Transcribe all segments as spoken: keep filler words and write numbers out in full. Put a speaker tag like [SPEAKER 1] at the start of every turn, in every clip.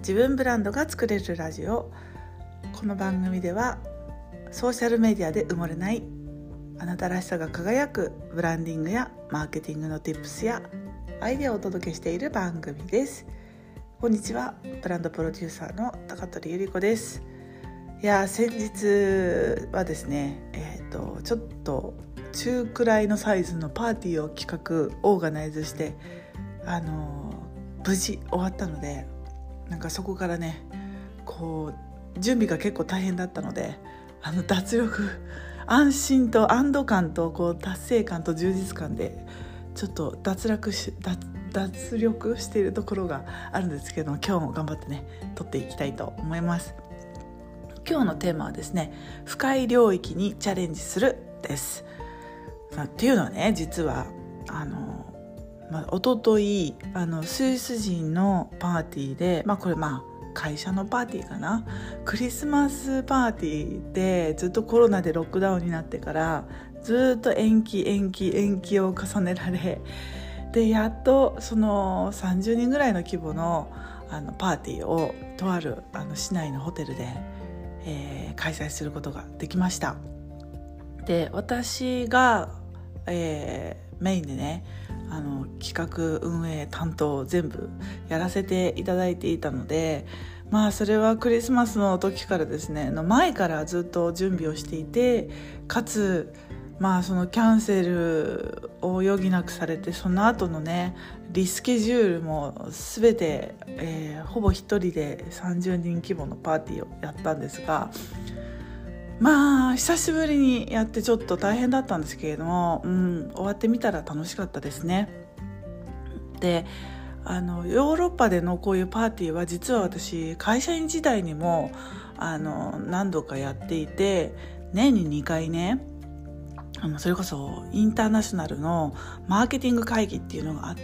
[SPEAKER 1] 自分ブランドが作れるラジオ。この番組ではソーシャルメディアで埋もれないあなたらしさが輝くブランディングやマーケティングの Tips やアイデアをお届けしている番組です。こんにちは、ブランドプロデューサーの高取ゆり子です。いや先日はですね、えーと、ちょっと中くらいのサイズのパーティーを企画オーガナイズしてあの無事終わったので、なんかそこからねこう準備が結構大変だったので、あの脱力安心と安堵感とこう達成感と充実感でちょっと脱落し 脱, 脱力しているところがあるんですけども、今日も頑張ってね撮っていきたいと思います。今日のテーマはですね、深い領域にチャレンジするです。っていうのはね、実はあのまあ、一昨日あのスイス人のパーティーで、まあ、これまあ会社のパーティーかな、クリスマスパーティーでずっとコロナでロックダウンになってからずっと延期延期延期を重ねられ、でやっとそのさんじゅうにんぐらいの規模の、あのパーティーをとあるあの市内のホテルで、えー、開催することができました。で私が、えー、メインでねあの企画運営担当全部やらせていただいていたので、まあそれはクリスマスの時からですねの前からずっと準備をしていて、かつまあそのキャンセルを余儀なくされて、その後のねリスケジュールも全て、えー、ほぼ一人でさんじゅうにん規模のパーティーをやったんですが、まあ久しぶりにやってちょっと大変だったんですけれども、うん、終わってみたら楽しかったですね。であのヨーロッパでのこういうパーティーは実は私会社員時代にもあの何度かやっていて、年ににかいねあのそれこそインターナショナルのマーケティング会議っていうのがあって、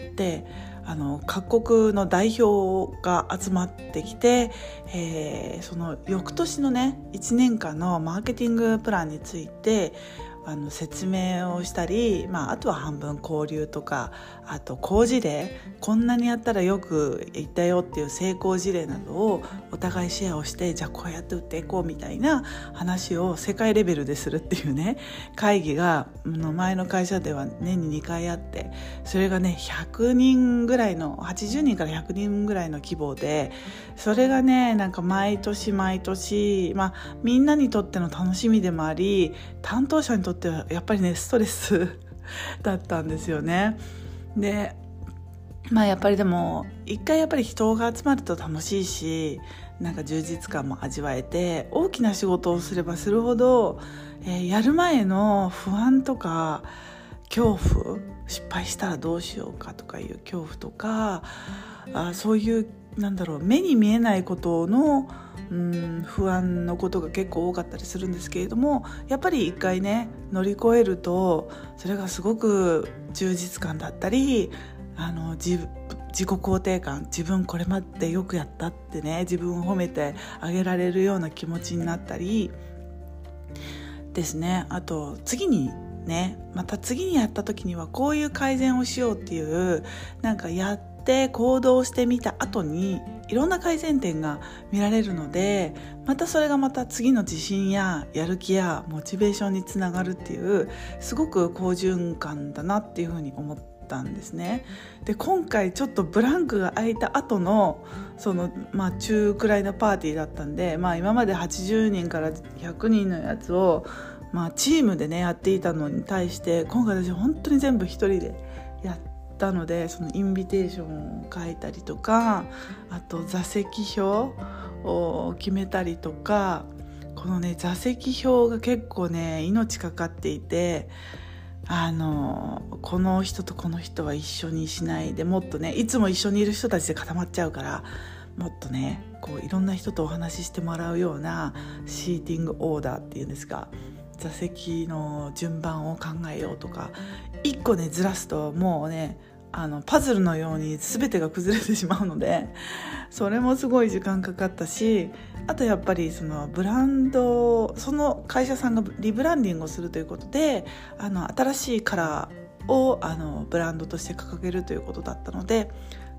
[SPEAKER 1] あの各国の代表が集まってきて、えー、その翌年のねいちねんかんのマーケティングプランについてあの説明をしたり、まあ、あとは半分交流とか、あと好事例、こんなにやったらよくいったよっていう成功事例などをお互いシェアをして、じゃあこうやって売っていこうみたいな話を世界レベルでするっていうね会議が前の会社では年ににかいあって、それがねひゃくにんぐらいのはちじゅうにんからひゃくにんぐらいの規模で、それがねなんか毎年毎年、まあ、みんなにとっての楽しみでもあり、担当者にとってはやっぱりねストレスだったんですよね。でまあやっぱりでも一回やっぱり人が集まると楽しいし、なんか充実感も味わえて、大きな仕事をすればするほど、えー、やる前の不安とか恐怖、失敗したらどうしようかとかいう恐怖とか、あそういうなんだろう目に見えないことのうん不安のことが結構多かったりするんですけれども、やっぱり一回ね乗り越えるとそれがすごく充実感だったり、あの 自, 自己肯定感、自分これまでよくやったってね自分を褒めてあげられるような気持ちになったりですね。あと次にねまた次にやった時にはこういう改善をしようっていう、なんかやって行動してみた後にいろんな改善点が見られるので、またそれがまた次の自信ややる気やモチベーションにつながるっていう、すごく好循環だなっていうふうに思ったんですね。で今回ちょっとブランクが空いた後のその、まあ、中くらいのパーティーだったんで、まあ、今まではちじゅうにんからひゃくにんのやつを、まあ、チームでねやっていたのに対して、今回私本当に全部一人でやったので、そのインビテーションを書いたりとか、あと座席表を決めたりとか、このね座席表が結構ね命かかっていて、あのこの人とこの人は一緒にしないで、もっとねいつも一緒にいる人たちで固まっちゃうから、もっとねこういろんな人とお話ししてもらうようなシーティングオーダーっていうんですか、座席の順番を考えようとか、一個ねずらすともうねあのパズルのように全てが崩れてしまうので、それもすごい時間かかったし、あとやっぱりそのブランド、その会社さんがリブランディングをするということで、あの新しいカラーをあのブランドとして掲げるということだったので、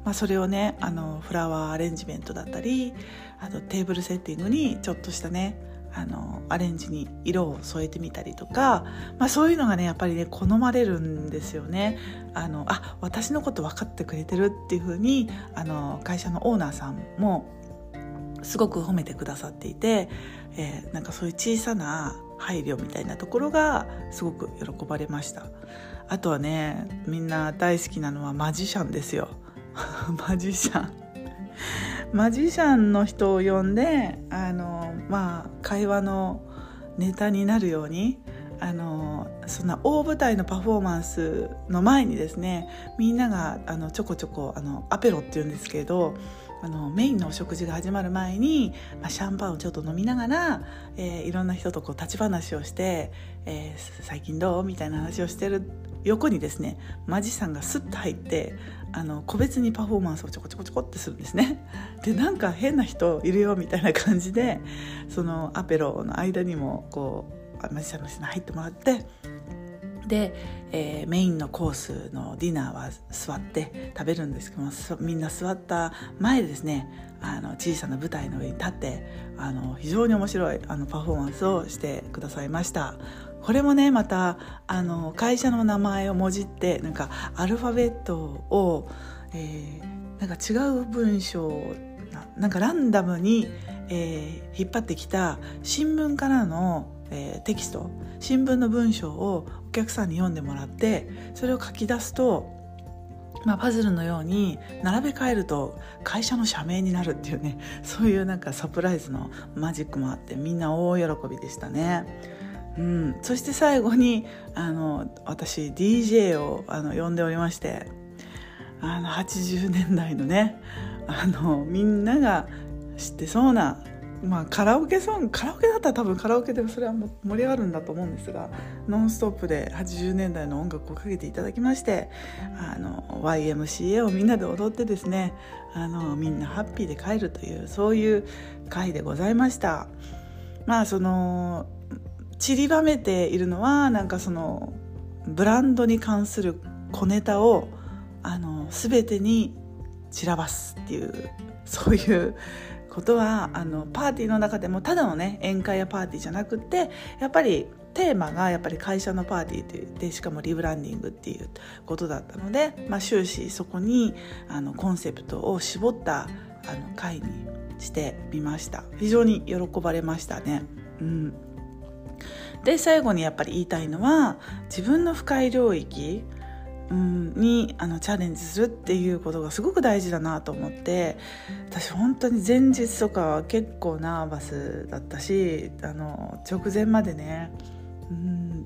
[SPEAKER 1] まあ、それをねあのフラワーアレンジメントだったり、あとテーブルセッティングにちょっとしたねあのアレンジに色を添えてみたりとか、まあ、そういうのがねやっぱりね好まれるんですよね。あのあ私のこと分かってくれてるっていう風にあの会社のオーナーさんもすごく褒めてくださっていて、えー、なんかそういう小さな配慮みたいなところがすごく喜ばれました。あとはねみんな大好きなのはマジシャンですよマジシャンマジシャンの人を呼んであの、まあ、会話のネタになるようにあのそんな大舞台のパフォーマンスの前にですね、みんながあのちょこちょこあのアペロっていうんですけど、あのメインのお食事が始まる前に、まあ、シャンパンをちょっと飲みながら、えー、いろんな人とこう立ち話をして、えー、最近どうみたいな話をしてる横にですね、マジシャンがスッと入ってあの個別にパフォーマンスをちょこちょこちょこってするんですね。でなんか変な人いるよみたいな感じで、そのアペロの間にもこうマジシャンの人に入ってもらって、で、えー、メインのコースのディナーは座って食べるんですけども、みんな座った前でですね、あの小さな舞台の上に立ってあの非常に面白いあのパフォーマンスをしてくださいました。これもねまたあの会社の名前をもじってなんかアルファベットを、えー、なんか違う文章な、なんかランダムに、えー、引っ張ってきた新聞からの、えー、テキスト、新聞の文章をお客さんに読んでもらって、それを書き出すと、まあ、パズルのように並べ替えると会社の社名になるっていうね、そういうなんかサプライズのマジックもあってみんな大喜びでしたね。うん、そして最後にあの私 ディージェー をあの呼んでおりまして、あのはちじゅうねんだいのねあのみんなが知ってそうな、まあ、カラオケソング、カラオケだったら多分カラオケでそれは盛り上がるんだと思うんですが、ノンストップではちじゅうねんだいの音楽をかけていただきまして、あの ワイエムシーエー をみんなで踊ってですね、あのみんなハッピーで帰るというそういう会でございました。まあその散りばめているのはなんかそのブランドに関する小ネタをあの全てに散らばすっていう、そういうことはあのパーティーの中でもただのね宴会やパーティーじゃなくて、やっぱりテーマがやっぱり会社のパーティーで、しかもリブランディングっていうことだったので、まあ、終始そこにあのコンセプトを絞ったあの会にしてみました。非常に喜ばれましたね。うんで最後にやっぱり言いたいのは、自分の不快領域、うん、にあのチャレンジするっていうことがすごく大事だなと思って、私本当に前日とかは結構ナーバスだったし、あの直前までね、うん、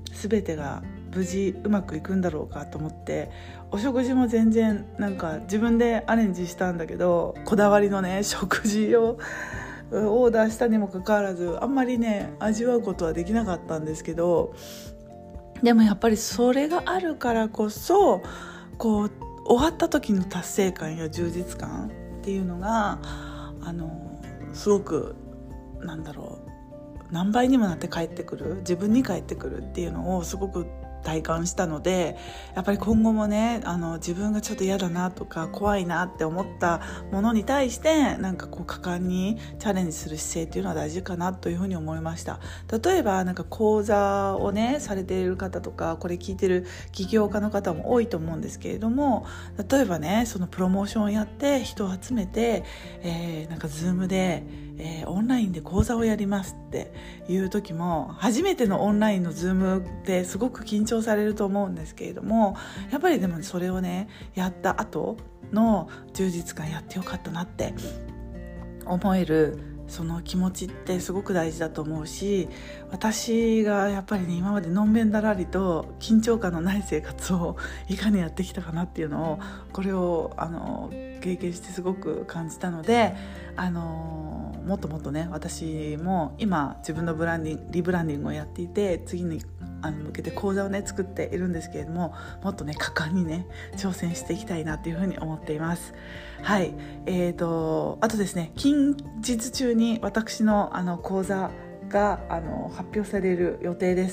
[SPEAKER 1] 全てが無事うまくいくんだろうかと思って、お食事も全然なんか自分でアレンジしたんだけど、こだわりのね食事をオーダーしたにもかかわらずあんまりね味わうことはできなかったんですけど、でもやっぱりそれがあるからこそこう終わった時の達成感や充実感っていうのがあのすごくなんだろう何倍にもなって帰ってくる、自分に返ってくるっていうのをすごく体感したので、やっぱり今後もねあの自分がちょっと嫌だなとか怖いなって思ったものに対してなんかこう果敢にチャレンジする姿勢っていうのは大事かなというふうに思いました。例えばなんか講座をねされている方とか、これ聞いてる起業家の方も多いと思うんですけれども、例えばねそのプロモーションをやって人を集めて、えー、なんかズームでえー、オンラインで講座をやりますっていう時も、初めてのオンラインのズームってすごく緊張されると思うんですけれども、やっぱりでもそれをねやった後の充実感、やってよかったなって思えるその気持ちってすごく大事だと思うし、私がやっぱりね今までのんべんだらりと緊張感のない生活をいかにやってきたかなっていうのを、これをあの経験してすごく感じたので、あのもっともっとね私も今自分のブランディングリブランディングをやっていて、次にあの向けて講座をね作っているんですけれども、もっとね果敢にね挑戦していきたいなというふうに思っています。はい、えーとあとですね、近日中に私のあの講座があの発表される予定です。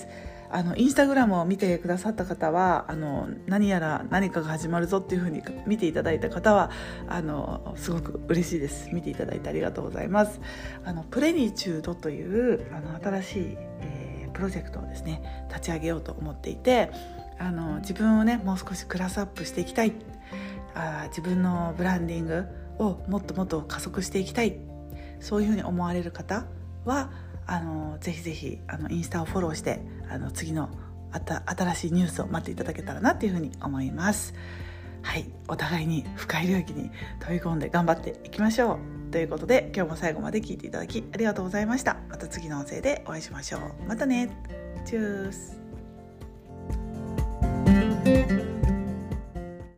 [SPEAKER 1] あのインスタグラムを見てくださった方はあの何やら何かが始まるぞっていう風に見ていただいた方はあのすごく嬉しいです。見ていただいてありがとうございます。あのプレニチュードというあの新しい、えー、プロジェクトをですね立ち上げようと思っていて、あの自分をねもう少しクラスアップしていきたい、あ自分のブランディングをもっともっと加速していきたい、そういうふうに思われる方はあのぜひぜひあのインスタをフォローしてあの次のあた新しいニュースを待っていただけたらなというふうに思います。はい、お互いに深い領域に飛び込んで頑張っていきましょうということで、今日も最後まで聞いていただきありがとうございました。また次の音声でお会いしましょう。またね。チュース。